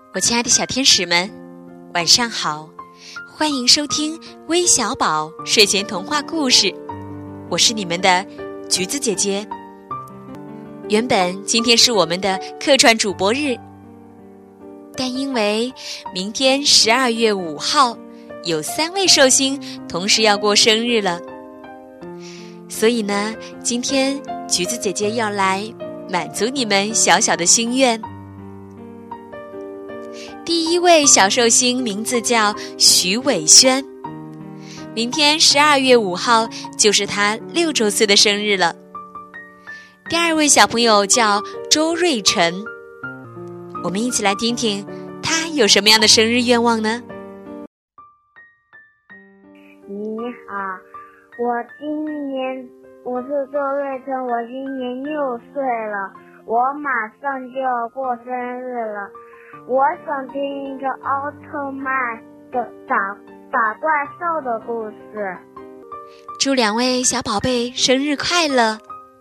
我亲爱的小天使们，晚上好，欢迎收听微小宝睡前童话故事，我是你们的橘子姐姐。原本今天是我们的客串主播日，但因为明天12月5号有3位寿星同时要过生日了，所以呢，今天橘子姐姐要来满足你们小小的心愿。第一位小寿星名字叫徐伟轩，明天12月5号就是他6周岁的生日了。第二位小朋友叫周瑞晨，我们一起来听听他有什么样的生日愿望呢？ 你好，我是周瑞晨，我今年6岁了，我马上就要过生日了。我想听一个奥特曼的打怪兽的故事。 祝2位小宝贝生日快乐。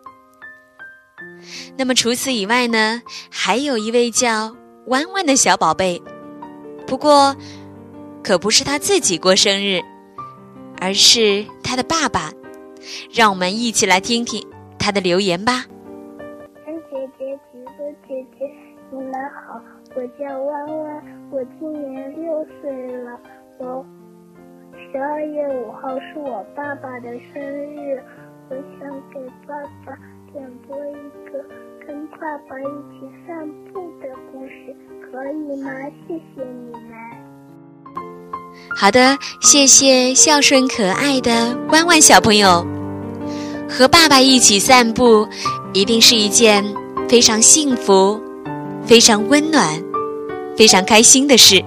那么除此以外呢，还有一位叫弯弯的小宝贝，不过可不是他自己过生日，而是他的爸爸。让我们一起来听听他的留言吧。 姐姐，橘子姐姐，你们好，我叫弯弯，我今年6岁了。12月5号是我爸爸的生日，我想给爸爸点播一个跟爸爸一起散步的故事，可以吗？谢谢你们。 好的，谢谢孝顺可爱的弯弯小朋友。和爸爸一起散步，一定是一件非常幸福、非常温暖、非常开心的事。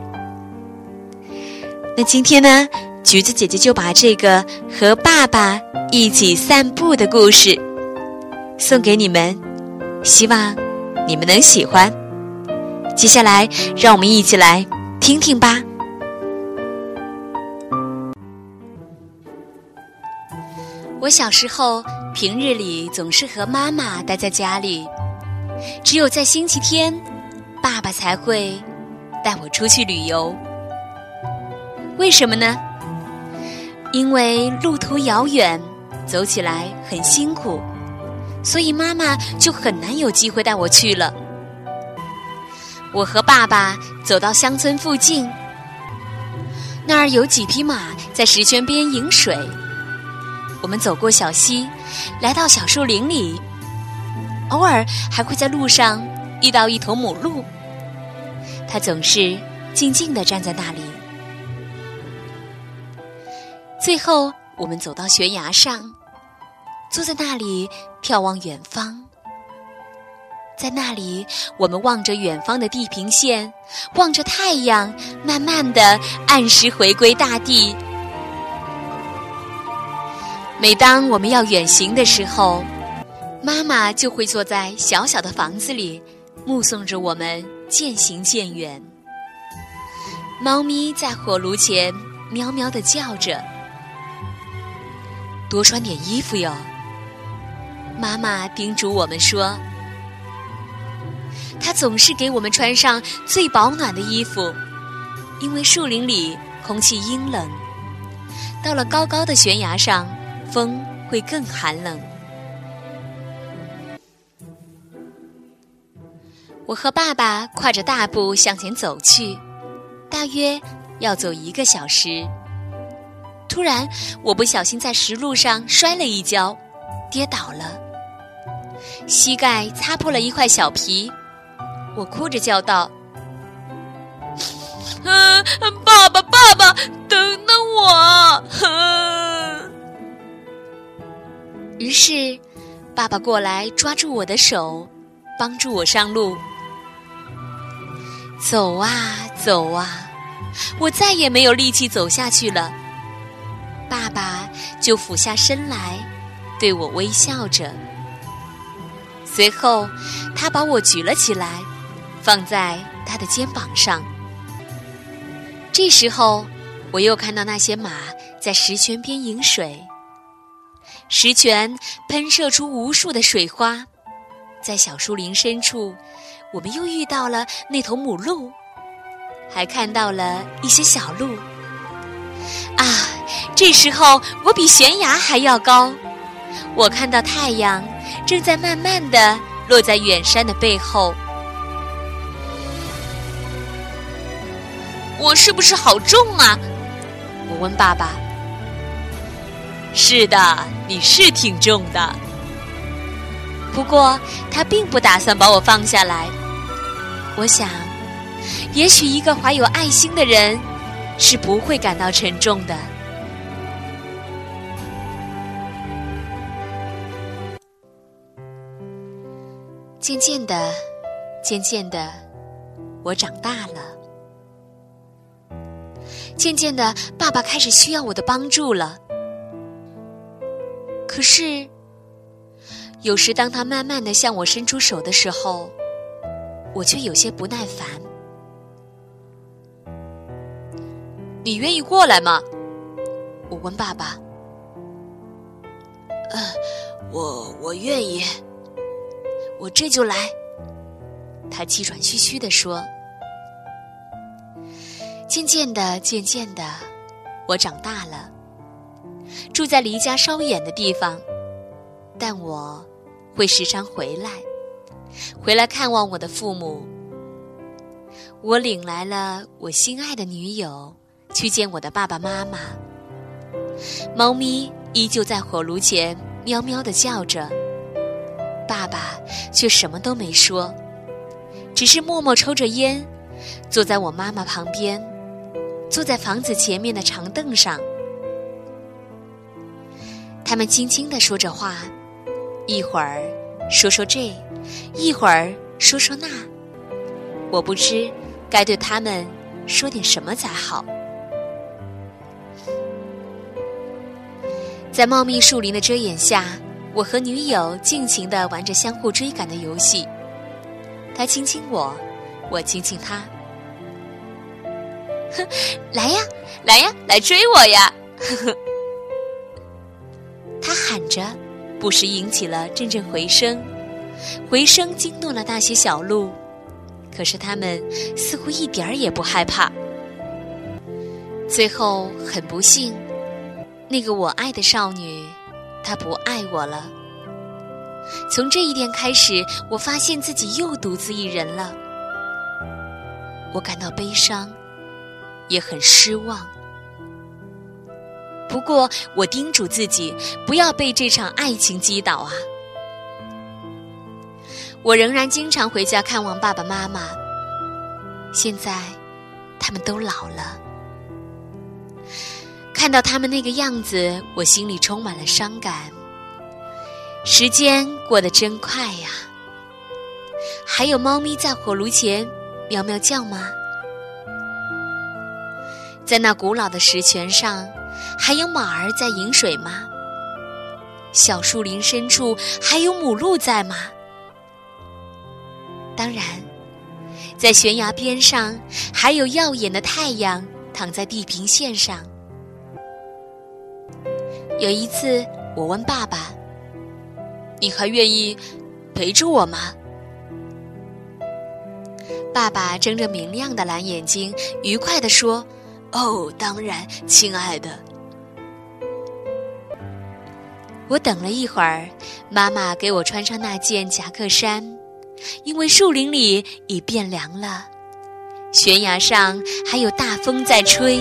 那今天呢，橘子姐姐就把这个和爸爸一起散步的故事送给你们，希望你们能喜欢。接下来，让我们一起来听听吧。我小时候平日里总是和妈妈待在家里，只有在星期天，爸爸才会带我出去旅游。为什么呢？因为路途遥远，走起来很辛苦，所以妈妈就很难有机会带我去了。我和爸爸走到乡村附近，那儿有几匹马在石泉边饮水。我们走过小溪，来到小树林里，偶尔还会在路上遇到一头母鹿，它总是静静地站在那里。最后我们走到悬崖上，坐在那里眺望远方。在那里，我们望着远方的地平线，望着太阳慢慢地按时回归大地。每当我们要远行的时候，妈妈就会坐在小小的房子里，目送着我们渐行渐远。猫咪在火炉前喵喵地叫着，多穿点衣服哟。妈妈叮嘱我们说，她总是给我们穿上最保暖的衣服，因为树林里空气阴冷，到了高高的悬崖上，风会更寒冷。我和爸爸跨着大步向前走去，大约要走1个小时。突然，我不小心在石路上摔了一跤，跌倒了，膝盖擦破了一块小皮。我哭着叫道：爸爸，爸爸，等等我！于是，爸爸过来抓住我的手，帮助我上路。走啊走啊，我再也没有力气走下去了。爸爸就俯下身来，对我微笑着。随后，他把我举了起来，放在他的肩膀上。这时候，我又看到那些马在石泉边饮水。石泉喷射出无数的水花，在小树林深处，我们又遇到了那头母鹿。 还看到了一些小路。啊，这时候我比悬崖还要高，我看到太阳正在慢慢地落在远山的背后。我是不是好重啊？我问爸爸。是的，你是挺重的。不过他并不打算把我放下来。我想，也许一个怀有爱心的人是不会感到沉重的。渐渐的，我长大了。渐渐的，爸爸开始需要我的帮助了。可是，有时当他慢慢地向我伸出手的时候，我却有些不耐烦。你愿意过来吗？我问爸爸。我愿意，我这就来。他气喘吁吁地说。渐渐的，我长大了，住在离家稍远的地方，但我会时常回来看望我的父母。我领来了我心爱的女友，去见我的爸爸妈妈。猫咪依旧在火炉前喵喵地叫着，爸爸却什么都没说，只是默默抽着烟，坐在我妈妈旁边，坐在房子前面的长凳上。他们轻轻地说着话，一会儿说说这，一会儿说说那，我不知该对他们说点什么才好。在茂密树林的遮掩下，我和女友尽情地玩着相互追赶的游戏。他亲亲我，我亲亲他。来呀，来呀，来追我呀！他喊着，不时引起了阵阵回声，回声惊动了那些小鹿，可是他们似乎一点儿也不害怕。最后很不幸，那个我爱的少女，她不爱我了。从这一天开始，我发现自己又独自一人了。我感到悲伤，也很失望。不过我叮嘱自己不要被这场爱情击倒啊。我仍然经常回家看望爸爸妈妈，现在他们都老了。看到他们那个样子，我心里充满了伤感。时间过得真快呀。还有猫咪在火炉前喵喵叫吗？在那古老的石泉上，还有马儿在饮水吗？小树林深处还有母鹿在吗？当然，在悬崖边上还有耀眼的太阳躺在地平线上。有一次我问爸爸，你还愿意陪着我吗？爸爸睁着明亮的蓝眼睛，愉快地说，哦，当然，亲爱的。我等了一会儿，妈妈给我穿上那件夹克衫，因为树林里已变凉了，悬崖上还有大风在吹。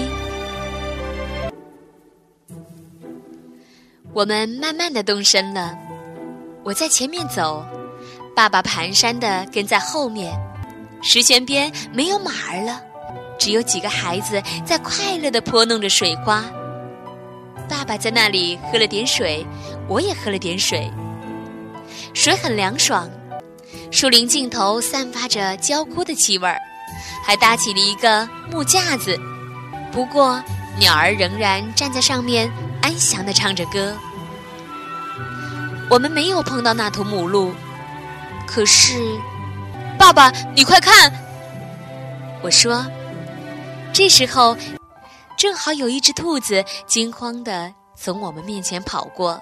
我们慢慢地动身了，我在前面走，爸爸蹒跚地跟在后面。石泉边没有马儿了，只有几个孩子在快乐地拨弄着水花。爸爸在那里喝了点水，我也喝了点水。水很凉爽，树林尽头散发着焦枯的气味儿，还搭起了一个木架子。不过鸟儿仍然站在上面安详地唱着歌。我们没有碰到那头母鹿，可是爸爸，你快看！我说。这时候正好有一只兔子惊慌地从我们面前跑过。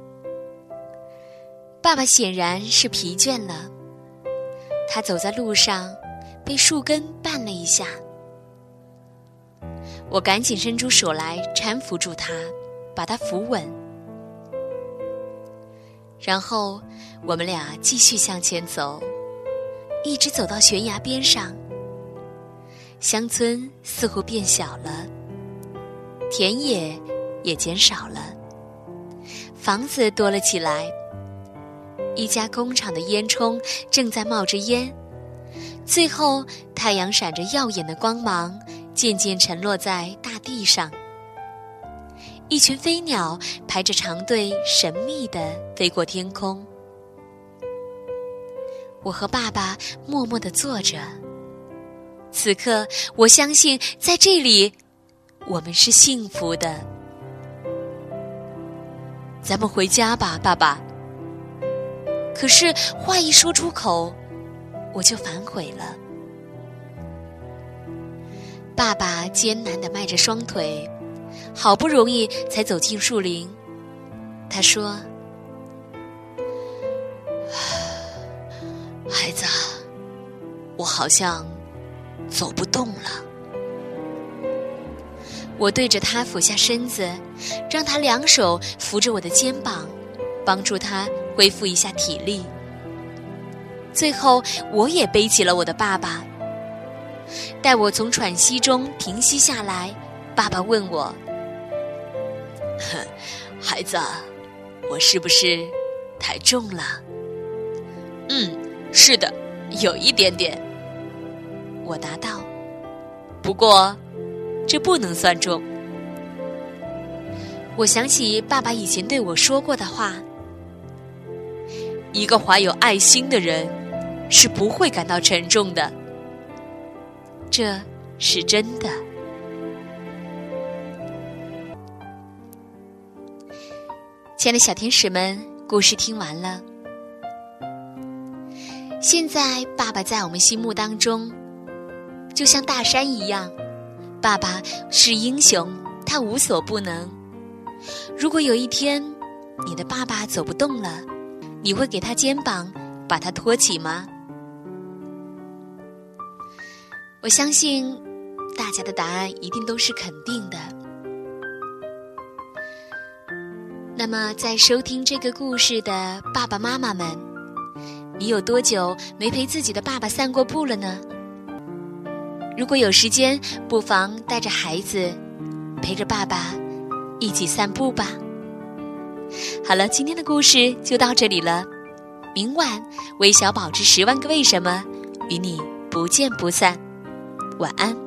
爸爸显然是疲倦了，他走在路上被树根绊了一下， 我赶紧伸出手来搀扶住他，把他扶稳。然后我们俩继续向前走，一直走到悬崖边上。乡村似乎变小了，田野也减少了，房子多了起来。一家工厂的烟囱正在冒着烟，最后太阳闪着耀眼的光芒，渐渐沉落在大地上。一群飞鸟排着长队，神秘地飞过天空。我和爸爸默默地坐着，此刻我相信在这里我们是幸福的。咱们回家吧，爸爸。可是话一说出口，我就反悔了。爸爸艰难地迈着双腿，好不容易才走进树林。他说：孩子，我好像走不动了。我对着他俯下身子，让他两手扶着我的肩膀，帮助他恢复一下体力。最后我也背起了我的爸爸。待我从喘息中平息下来，爸爸问我：孩子，我是不是太重了？是的，有一点点。我答道。不过这不能算重。我想起爸爸以前对我说过的话：一个怀有爱心的人是不会感到沉重的。这是真的。亲爱的小天使们，故事听完了。现在爸爸在我们心目当中就像大山一样，爸爸是英雄，他无所不能。如果有一天你的爸爸走不动了，你会给他肩膀把他托起吗？我相信大家的答案一定都是肯定的。那么在收听这个故事的爸爸妈妈们，你有多久没陪自己的爸爸散过步了呢？如果有时间，不妨带着孩子陪着爸爸一起散步吧。好了，今天的故事就到这里了。明晚微小宝之10万个为什么与你不见不散。晚安。